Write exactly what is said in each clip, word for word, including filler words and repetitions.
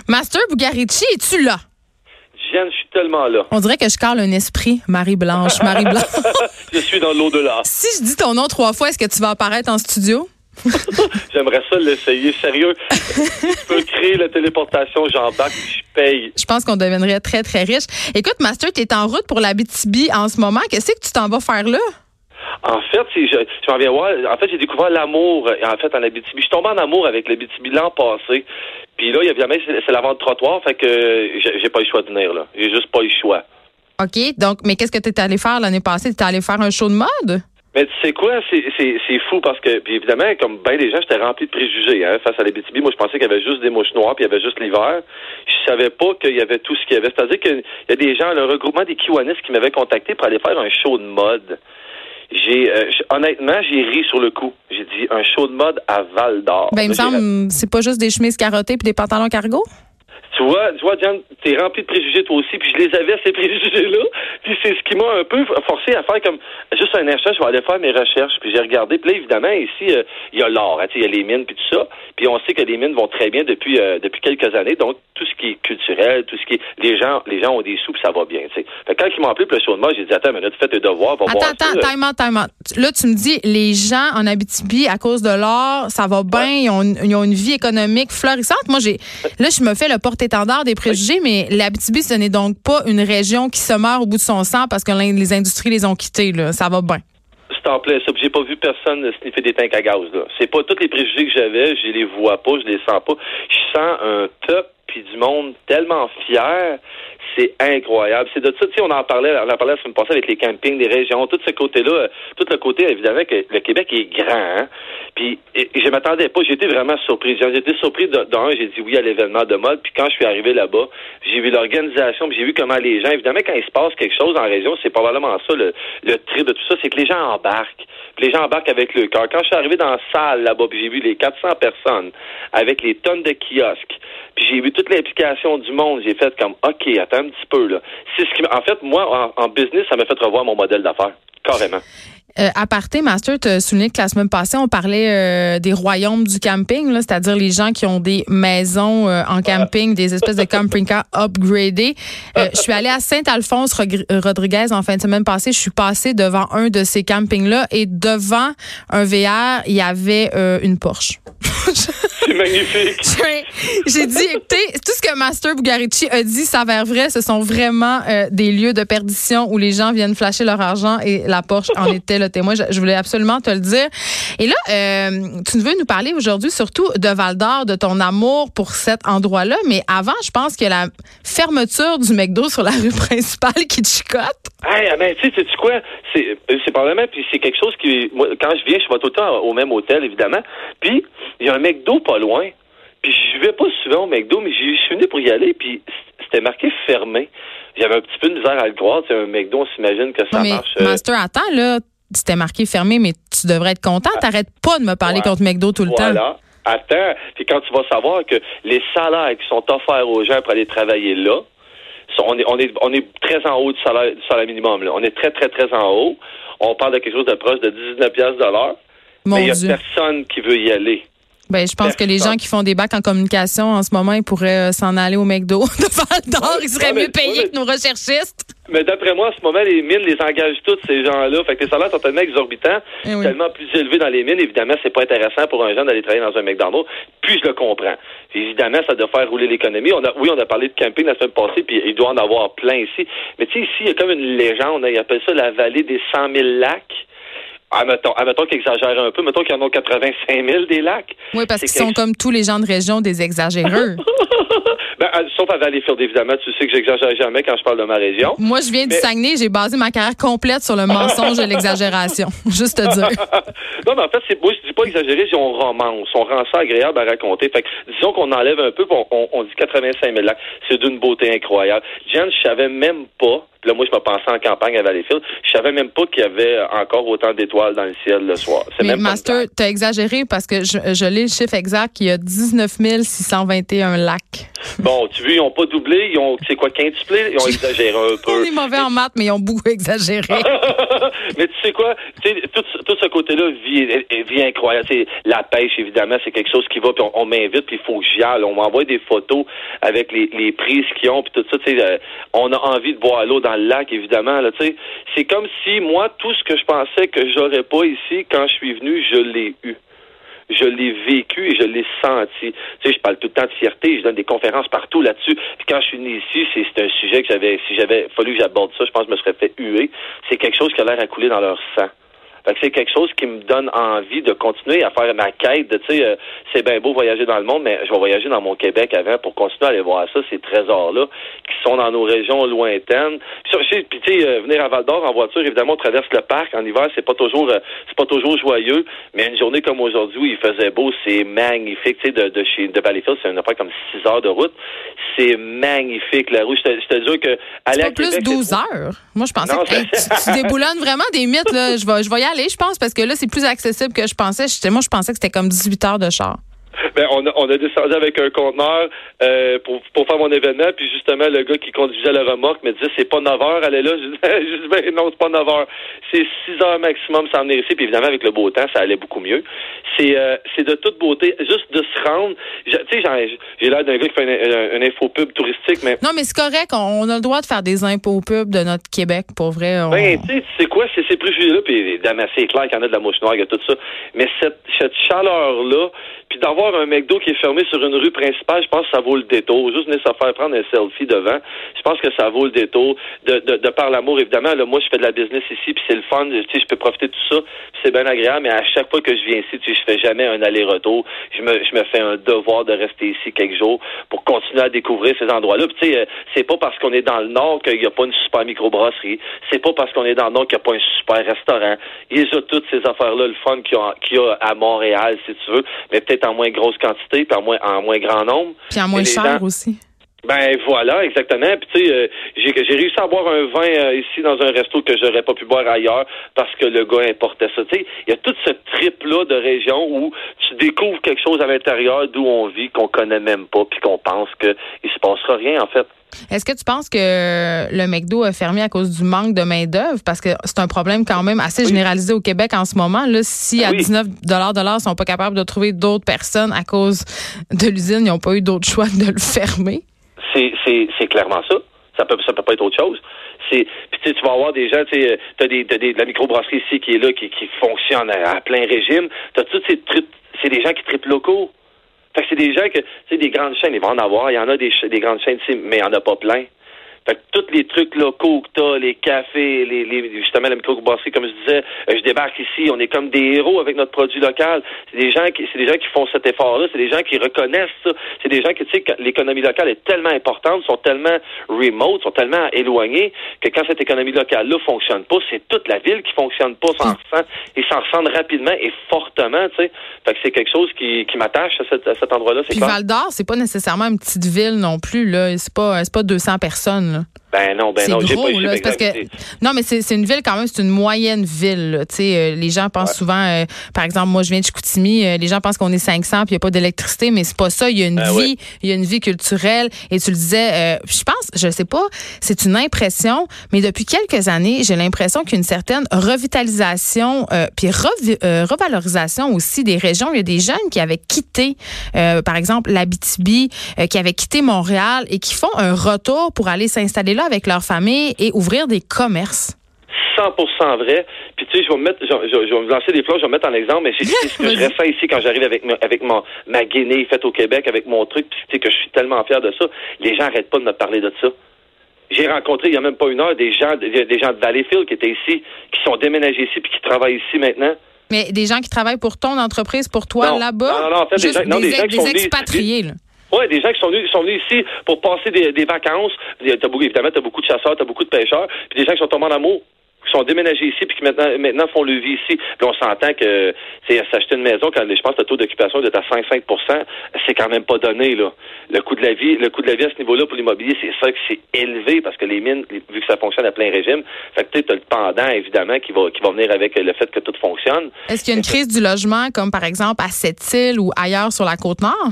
Master Bugarici, es-tu là? Jen, je suis tellement là. On dirait que je carle un esprit, Marie-Blanche. Marie-Blanche. Je suis dans l'au-delà. Si je dis ton nom trois fois, est-ce que tu vas apparaître en studio? J'aimerais ça l'essayer. Sérieux. Je peux créer la téléportation, j'embarque, je paye. Je pense qu'on deviendrait très, très riche. Écoute, Master, tu es en route pour l'Abitibi en ce moment. Qu'est-ce que tu t'en vas faire là? En fait, je, je m'en viens voir. En fait, j'ai découvert l'amour en fait en Abitibi. Je suis tombé en amour avec l'Abitibi l'an passé. Puis là, évidemment, c'est, c'est la vente de trottoir, fait que j'ai, j'ai pas eu le choix de venir là. J'ai juste pas eu le choix. OK. Donc, mais qu'est-ce que tu étais allé faire l'année passée? Tu étais allé faire un show de mode? Mais tu sais quoi, c'est, c'est, c'est fou parce que, puis évidemment, comme bien des gens, j'étais rempli de préjugés hein, face à l'Abitibi. Moi, je pensais qu'il y avait juste des mouches noires, puis il y avait juste l'hiver. Je savais pas qu'il y avait tout ce qu'il y avait. C'est-à-dire qu'il y a des gens, le regroupement des Kiwanis qui m'avaient contacté pour aller faire un show de mode. J'ai euh, honnêtement, j'ai ri sur le coup. J'ai dit un show de mode à Val d'Or. Ben, il me semble, c'est pas juste des chemises carottées puis des pantalons cargo? Tu vois, tu vois, Diane, t'es rempli de préjugés toi aussi, puis je les avais, ces préjugés-là. Puis c'est ce qui m'a un peu forcé à faire comme juste un instant, je vais aller faire mes recherches, puis j'ai regardé. Puis là, évidemment, ici, il euh, y a l'or, hein, il y a les mines, puis tout ça. Puis on sait que les mines vont très bien depuis euh, depuis quelques années. Donc, tout ce qui est culturel, tout ce qui est... Les gens les gens ont des sous, puis ça va bien, tu sais. Fait que quand ils m'ont appelé pour le show de moi, j'ai dit, attends, mais là, tu fais tes devoirs, va attends, voir attends, ça. Attends, time out, time out. Là, tu me dis, les gens en Abitibi, à cause de l'or, ça va bien, ouais. ils, ont une, ils ont une vie économique florissante. Moi, j'ai là, je me fais le porte-étendard des préjugés. Mais l'Abitibi, ce n'est donc pas une région qui se meurt au bout de son sang parce que les industries les ont quittées. Là. Ça va bien. C'est en plein ça. J'ai pas vu personne sniffer des tanks à gaz. Là. C'est pas tous les préjugés que j'avais. Je les vois pas, je les sens pas. Je sens un top puis du monde tellement fier. C'est incroyable. C'est de ça, tu sais, on en parlait, on en parlait la semaine passée avec les campings des régions, tout ce côté-là, tout le côté, évidemment, que le Québec est grand, hein. Puis, et, et je m'attendais pas, j'ai été vraiment surpris. J'ai été surpris de, d'un, j'ai dit oui à l'événement de mode, puis quand je suis arrivé là-bas, j'ai vu l'organisation, puis j'ai vu comment les gens, évidemment, quand il se passe quelque chose en région, c'est probablement ça, le, le tri de tout ça, c'est que les gens embarquent. Puis les gens embarquent avec le cœur. Quand je suis arrivé dans la salle là-bas, puis j'ai vu les quatre cents personnes avec les tonnes de kiosques, puis j'ai vu toute l'implication du monde, j'ai fait comme, OK, attends un petit peu, là. C'est ce qui, en fait, moi, en, en business, ça m'a fait revoir mon modèle d'affaires. Carrément. Euh, à parté, Master, tu as souligné que la semaine passée, on parlait euh, des royaumes du camping, là, c'est-à-dire les gens qui ont des maisons euh, en camping, des espèces de camping cars upgradés. Euh, je suis allée à Saint-Alphonse-Rodriguez en fin de semaine passée. Je suis passée devant un de ces campings-là et devant un V R, il y avait euh, une Porsche. C'est magnifique. J'ai dit, écoutez, tout ce que Master Bugarici a dit s'avère vrai. Ce sont vraiment euh, des lieux de perdition où les gens viennent flasher leur argent et la Porsche en était le témoin. Je, je voulais absolument te le dire. Et là, euh, tu veux nous parler aujourd'hui surtout de Val-d'Or, de ton amour pour cet endroit-là. Mais avant, je pense qu'il y a la fermeture du McDo sur la rue principale qui te chicote. Hey, ben, tu sais, sais-tu quoi? C'est, c'est probablement, puis c'est quelque chose qui, moi, quand je viens, je vais tout le temps au même hôtel, évidemment. Puis, il y a un McDo pas loin. Puis, je vais pas souvent au McDo, mais je suis venu pour y aller, puis c'était marqué fermé. J'avais un petit peu de misère à le croire. C'est un McDo, on s'imagine que ça mais marche. Master, attends, là, c'était marqué fermé, mais tu devrais être content. T'arrêtes pas de me parler ouais. contre McDo tout le voilà. temps. Voilà. Attends. Puis quand tu vas savoir que les salaires qui sont offerts aux gens pour aller travailler là, On est, on est, on est très en haut du salaire, du salaire minimum, là. On est très, très, très en haut. On parle de quelque chose de proche de dix-neuf piastres de l'heure. Mon mais il n'y a Dieu. personne qui veut y aller. Ben, je pense personne. que les gens qui font des bacs en communication en ce moment, ils pourraient euh, s'en aller au McDo de Val-d'Or. Ils seraient ouais, mieux payés ouais, que nos recherchistes. Mais d'après moi, en ce moment, les mines les engagent tous, ces gens-là. Fait que les salaires sont tellement exorbitants, eh oui. tellement plus élevés dans les mines. Évidemment, c'est pas intéressant pour un jeune d'aller travailler dans un McDonald's. Puis je le comprends. Évidemment, ça doit faire rouler l'économie. On a, oui, on a parlé de camping la semaine passée, puis il doit en avoir plein ici. Mais tu sais, ici, il y a comme une légende. Ils appellent ça la vallée des cent mille lacs. Admettons, admettons qu'ils exagèrent un peu. Mettons qu'il y en a quatre-vingt-cinq mille des lacs. Oui, parce qu'ils quelque... sont comme tous les gens de région des exagéreux. ben, sauf à Valleyfield, évidemment. Tu sais que j'exagère jamais quand je parle de ma région. Moi, je viens mais... du Saguenay. J'ai basé ma carrière complète sur le mensonge et l'exagération. Juste te dire. Non, mais en fait, c'est, moi, je dis pas exagérer, on romance. On rend ça agréable à raconter. Fait que, disons qu'on enlève un peu, on, on, on dit quatre-vingt-cinq mille lacs. C'est d'une beauté incroyable. Jen, je savais même pas. Là, moi, je me pensais en campagne à Valleyfield. Je savais même pas qu'il y avait encore autant d'étoiles dans le ciel le soir. C'est mais même Master, t'as exagéré parce que je, je lis le chiffre exact. Il y a dix-neuf mille six cent vingt et un lacs Bon, tu vois, ils ont pas doublé, ils ont, c'est quoi, quintuplé? Ils ont exagéré un peu. On est mauvais en maths, mais ils ont beaucoup exagéré. Mais tu sais quoi? Tu sais, tout, tout ce côté-là vit, vit incroyable. C'est la pêche, évidemment, c'est quelque chose qui va, puis on, on m'invite, puis il faut que j'y aille. On m'envoie des photos avec les, les prises qu'ils ont, puis tout ça. Tu sais, euh, on a envie de boire l'eau dans le lac, évidemment. Là, tu sais, c'est comme si moi, tout ce que je pensais que j'aurais pas ici, quand je suis venu, je l'ai eu. Je l'ai vécu et je l'ai senti. Tu sais, je parle tout le temps de fierté, je donne des conférences partout là-dessus. Puis quand je suis venu ici, c'est, c'est un sujet que j'avais, si j'avais fallu que j'aborde ça, je pense que je me serais fait huer. C'est quelque chose qui a l'air à couler dans leur sang. Fait que c'est quelque chose qui me donne envie de continuer à faire ma quête de, tu sais, euh, c'est bien beau voyager dans le monde, mais je vais voyager dans mon Québec avant pour continuer à aller voir ça, ces trésors-là, qui sont dans nos régions lointaines. Puis, puis tu sais, euh, venir à Val-d'Or en voiture, évidemment, on traverse le parc. En hiver, c'est pas toujours, euh, c'est pas toujours joyeux, mais une journée comme aujourd'hui où il faisait beau, c'est magnifique. Tu sais, de, de chez, de Valleyfield, c'est une affaire comme six heures de route. C'est magnifique, la route. Je te, je te jure que, aller à Québec, plus douze heures. Moi, je pensais non, que hey, tu, tu déboulonnes vraiment des mythes, là. Je vais, je vais y aller. Je pense, parce que là, c'est plus accessible que je pensais. J'étais, moi, je pensais que c'était comme dix-huit heures de char. Ben, on a, on a descendu avec un conteneur euh, pour, pour faire mon événement, puis justement, le gars qui conduisait la remorque me disait, c'est pas neuf heures, elle est là. Je dis, ben non, c'est pas neuf heures. C'est six heures maximum sans venir ici, puis évidemment, avec le beau temps, ça allait beaucoup mieux. C'est euh, c'est de toute beauté, juste de se rendre. Tu sais, j'ai, j'ai l'air d'un gars qui fait un, un, un infopub touristique, mais... Non, mais c'est correct, on, on a le droit de faire des infopubs de notre Québec, pour vrai. On... Ben, tu sais, tu sais quoi, c'est ces préjugés-là, puis c'est clair qu'il y en a de la mouche noire, il y a tout ça, mais cette, cette chaleur-là, puis d'avoir un McDo qui est fermé sur une rue principale, je pense que ça vaut le détour. Juste venir se faire prendre un selfie devant, je pense que ça vaut le détour. De, de, de par l'amour, évidemment, là, moi, je fais de la business ici, puis c'est le fun, tu sais, je peux profiter de tout ça, puis c'est bien agréable, mais à chaque fois que je viens ici, tu sais, je fais jamais un aller-retour. Je me, je me fais un devoir de rester ici quelques jours pour continuer à découvrir ces endroits-là. Puis, tu sais, c'est pas parce qu'on est dans le Nord qu'il n'y a pas une super microbrasserie. C'est pas parce qu'on est dans le Nord qu'il n'y a pas un super restaurant. Il y a toutes ces affaires-là, le fun qu'il y a, qu'il y a à Montréal, si tu veux, mais peut-être en moins grosse quantité, puis en moins, en moins grand nombre. Puis en moins cher gens, aussi. Ben voilà, exactement. Puis tu sais, euh, j'ai, j'ai réussi à boire un vin euh, ici dans un resto que j'aurais pas pu boire ailleurs parce que le gars importait ça. Tu sais, il y a toute ce trip-là de région où tu découvres quelque chose à l'intérieur d'où on vit qu'on connaît même pas puis qu'on pense qu'il se passera rien en fait. Est-ce que tu penses que le McDo a fermé à cause du manque de main-d'œuvre? Parce que c'est un problème quand même assez oui. généralisé au Québec en ce moment. Là, si à oui. dix-neuf dollars de l'heure, ils sont pas capables de trouver d'autres personnes à cause de l'usine, ils n'ont pas eu d'autre choix que de le fermer. C'est, c'est, c'est clairement ça. Ça peut, ça peut pas être autre chose. C'est, puis tu sais, tu vas avoir des gens, tu sais, t'as des, t'as des, de la microbrasserie ici qui est là, qui, qui fonctionne à, à plein régime. T'as toutes ces trucs, c'est des gens qui trippent locaux. Fait que c'est des gens que, tu sais, des grandes chaînes, ils vont en avoir. Il y en a des, des grandes chaînes ici, mais il n'y en a pas plein. Fait que tous les trucs locaux que t'as, les cafés, les, les justement la microbrasserie, comme je disais, euh, je débarque ici, on est comme des héros avec notre produit local. C'est des gens qui, c'est des gens qui font cet effort-là, c'est des gens qui reconnaissent ça. C'est des gens qui, tu sais, l'économie locale est tellement importante, sont tellement remote, sont tellement éloignés que quand cette économie locale-là fonctionne pas, c'est toute la ville qui fonctionne pas, s'en ressent, et s'en ressent rapidement et fortement, tu sais. Fait que c'est quelque chose qui, qui m'attache à, cette, à cet endroit-là. C'est Puis Val-d'Or, c'est pas nécessairement une petite ville non plus, là. C'est pas, c'est pas deux cents personnes, là. Ben non, ben c'est non, gros, j'ai pas là, c'est parce que non, mais c'est, c'est une ville quand même, c'est une moyenne ville. Tu sais, euh, les gens pensent ouais. souvent, euh, par exemple, moi je viens de Chicoutimi, euh, les gens pensent qu'on est cinq cents puis il y a pas d'électricité, mais c'est pas ça. Il y a une ben vie, ouais. il y a une vie culturelle. Et tu le disais, euh, je pense, je sais pas, c'est une impression, mais depuis quelques années, j'ai l'impression qu'il y a une certaine revitalisation, euh, puis rev- euh, revalorisation aussi des régions. Il y a des jeunes qui avaient quitté, euh, par exemple, l'Abitibi, euh, qui avaient quitté Montréal et qui font un retour pour aller s'installer là avec leur famille et ouvrir des commerces. cent pour cent vrai. Puis tu sais, je vais me mettre, je, je, je vais me lancer des fleurs, je vais me mettre en exemple, mais c'est, c'est ce que je ressens ici quand j'arrive avec ma, avec mon, ma guinée faite au Québec, avec mon truc, puis tu sais que je suis tellement fier de ça. Les gens n'arrêtent pas de me parler de ça. J'ai rencontré, il n'y a même pas une heure, des gens, des, des gens de Valleyfield qui étaient ici, qui sont déménagés ici puis qui travaillent ici maintenant. Mais des gens qui travaillent pour ton entreprise, pour toi, non, là-bas? Non, non, non, en fait, Juste des, gens, non, des, des gens qui des sont expatriés, des, là. Oui, des gens qui sont venus, sont venus ici pour passer des, des vacances. T'as beaucoup, évidemment, tu as beaucoup de chasseurs, tu as beaucoup de pêcheurs, puis des gens qui sont tombés en amour, qui sont déménagés ici, puis qui maintenant, maintenant font le vie ici. Puis on s'entend que c'est s'acheter une maison, quand je pense que le taux d'occupation est à cinq à cinq pour cent, c'est quand même pas donné, là. Le coût de la vie, le coût de la vie à ce niveau-là pour l'immobilier, c'est ça que c'est élevé, parce que les mines, vu que ça fonctionne à plein régime, fait que tu as le pendant, évidemment, qui va, qui va venir avec le fait que tout fonctionne. Est-ce qu'il y a une crise du logement, comme par exemple à Sept-Îles ou ailleurs sur la Côte-Nord?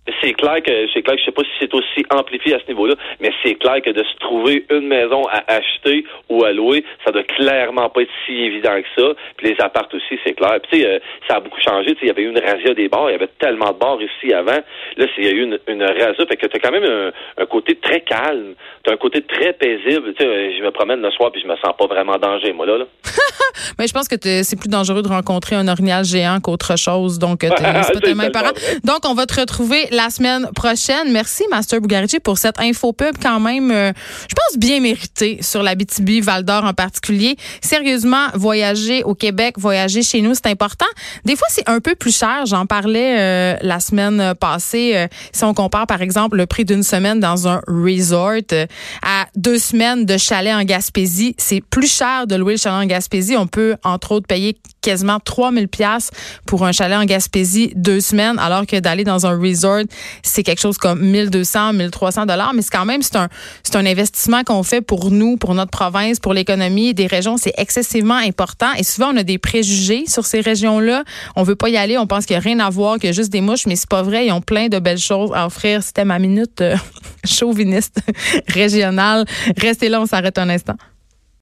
C'est clair que c'est clair que je sais pas si c'est aussi amplifié à ce niveau-là, mais c'est clair que de se trouver une maison à acheter ou à louer, ça doit clairement pas être si évident que ça. Puis les apparts aussi, c'est clair. Puis tu sais, euh, ça a beaucoup changé. Tu sais, il y avait eu une razzia des bars, il y avait tellement de bars ici avant. Là, il y a eu une, une razzia, fait que t'as quand même un, un côté très calme, t'as un côté très paisible. Tu sais, je me promène le soir puis je me sens pas vraiment en danger, moi là. là. Mais je pense que c'est plus dangereux de rencontrer un orignal géant qu'autre chose. Donc, c'est pas tellement éparant. Donc, on va te retrouver la semaine prochaine. Merci, Master Bugarici, pour cette info pub quand même, euh, je pense, bien méritée sur l'Abitibi, Val-d'Or en particulier. Sérieusement, voyager au Québec, voyager chez nous, c'est important. Des fois, c'est un peu plus cher. J'en parlais euh, la semaine passée. Euh, si on compare, par exemple, le prix d'une semaine dans un resort euh, à deux semaines de chalet en Gaspésie, c'est plus cher de louer le chalet en Gaspésie. On peut, entre autres, payer quasiment trois mille dollars pour un chalet en Gaspésie deux semaines, alors que d'aller dans un resort, c'est quelque chose comme mille deux cents, mille trois cents dollars. Mais c'est quand même, c'est un, c'est un investissement qu'on fait pour nous, pour notre province, pour l'économie des régions. C'est excessivement important. Et souvent, on a des préjugés sur ces régions-là. On veut pas y aller. On pense qu'il n'y a rien à voir, qu'il y a juste des mouches. Mais c'est pas vrai. Ils ont plein de belles choses à offrir. C'était ma minute euh, chauviniste régionale. Restez là, on s'arrête un instant.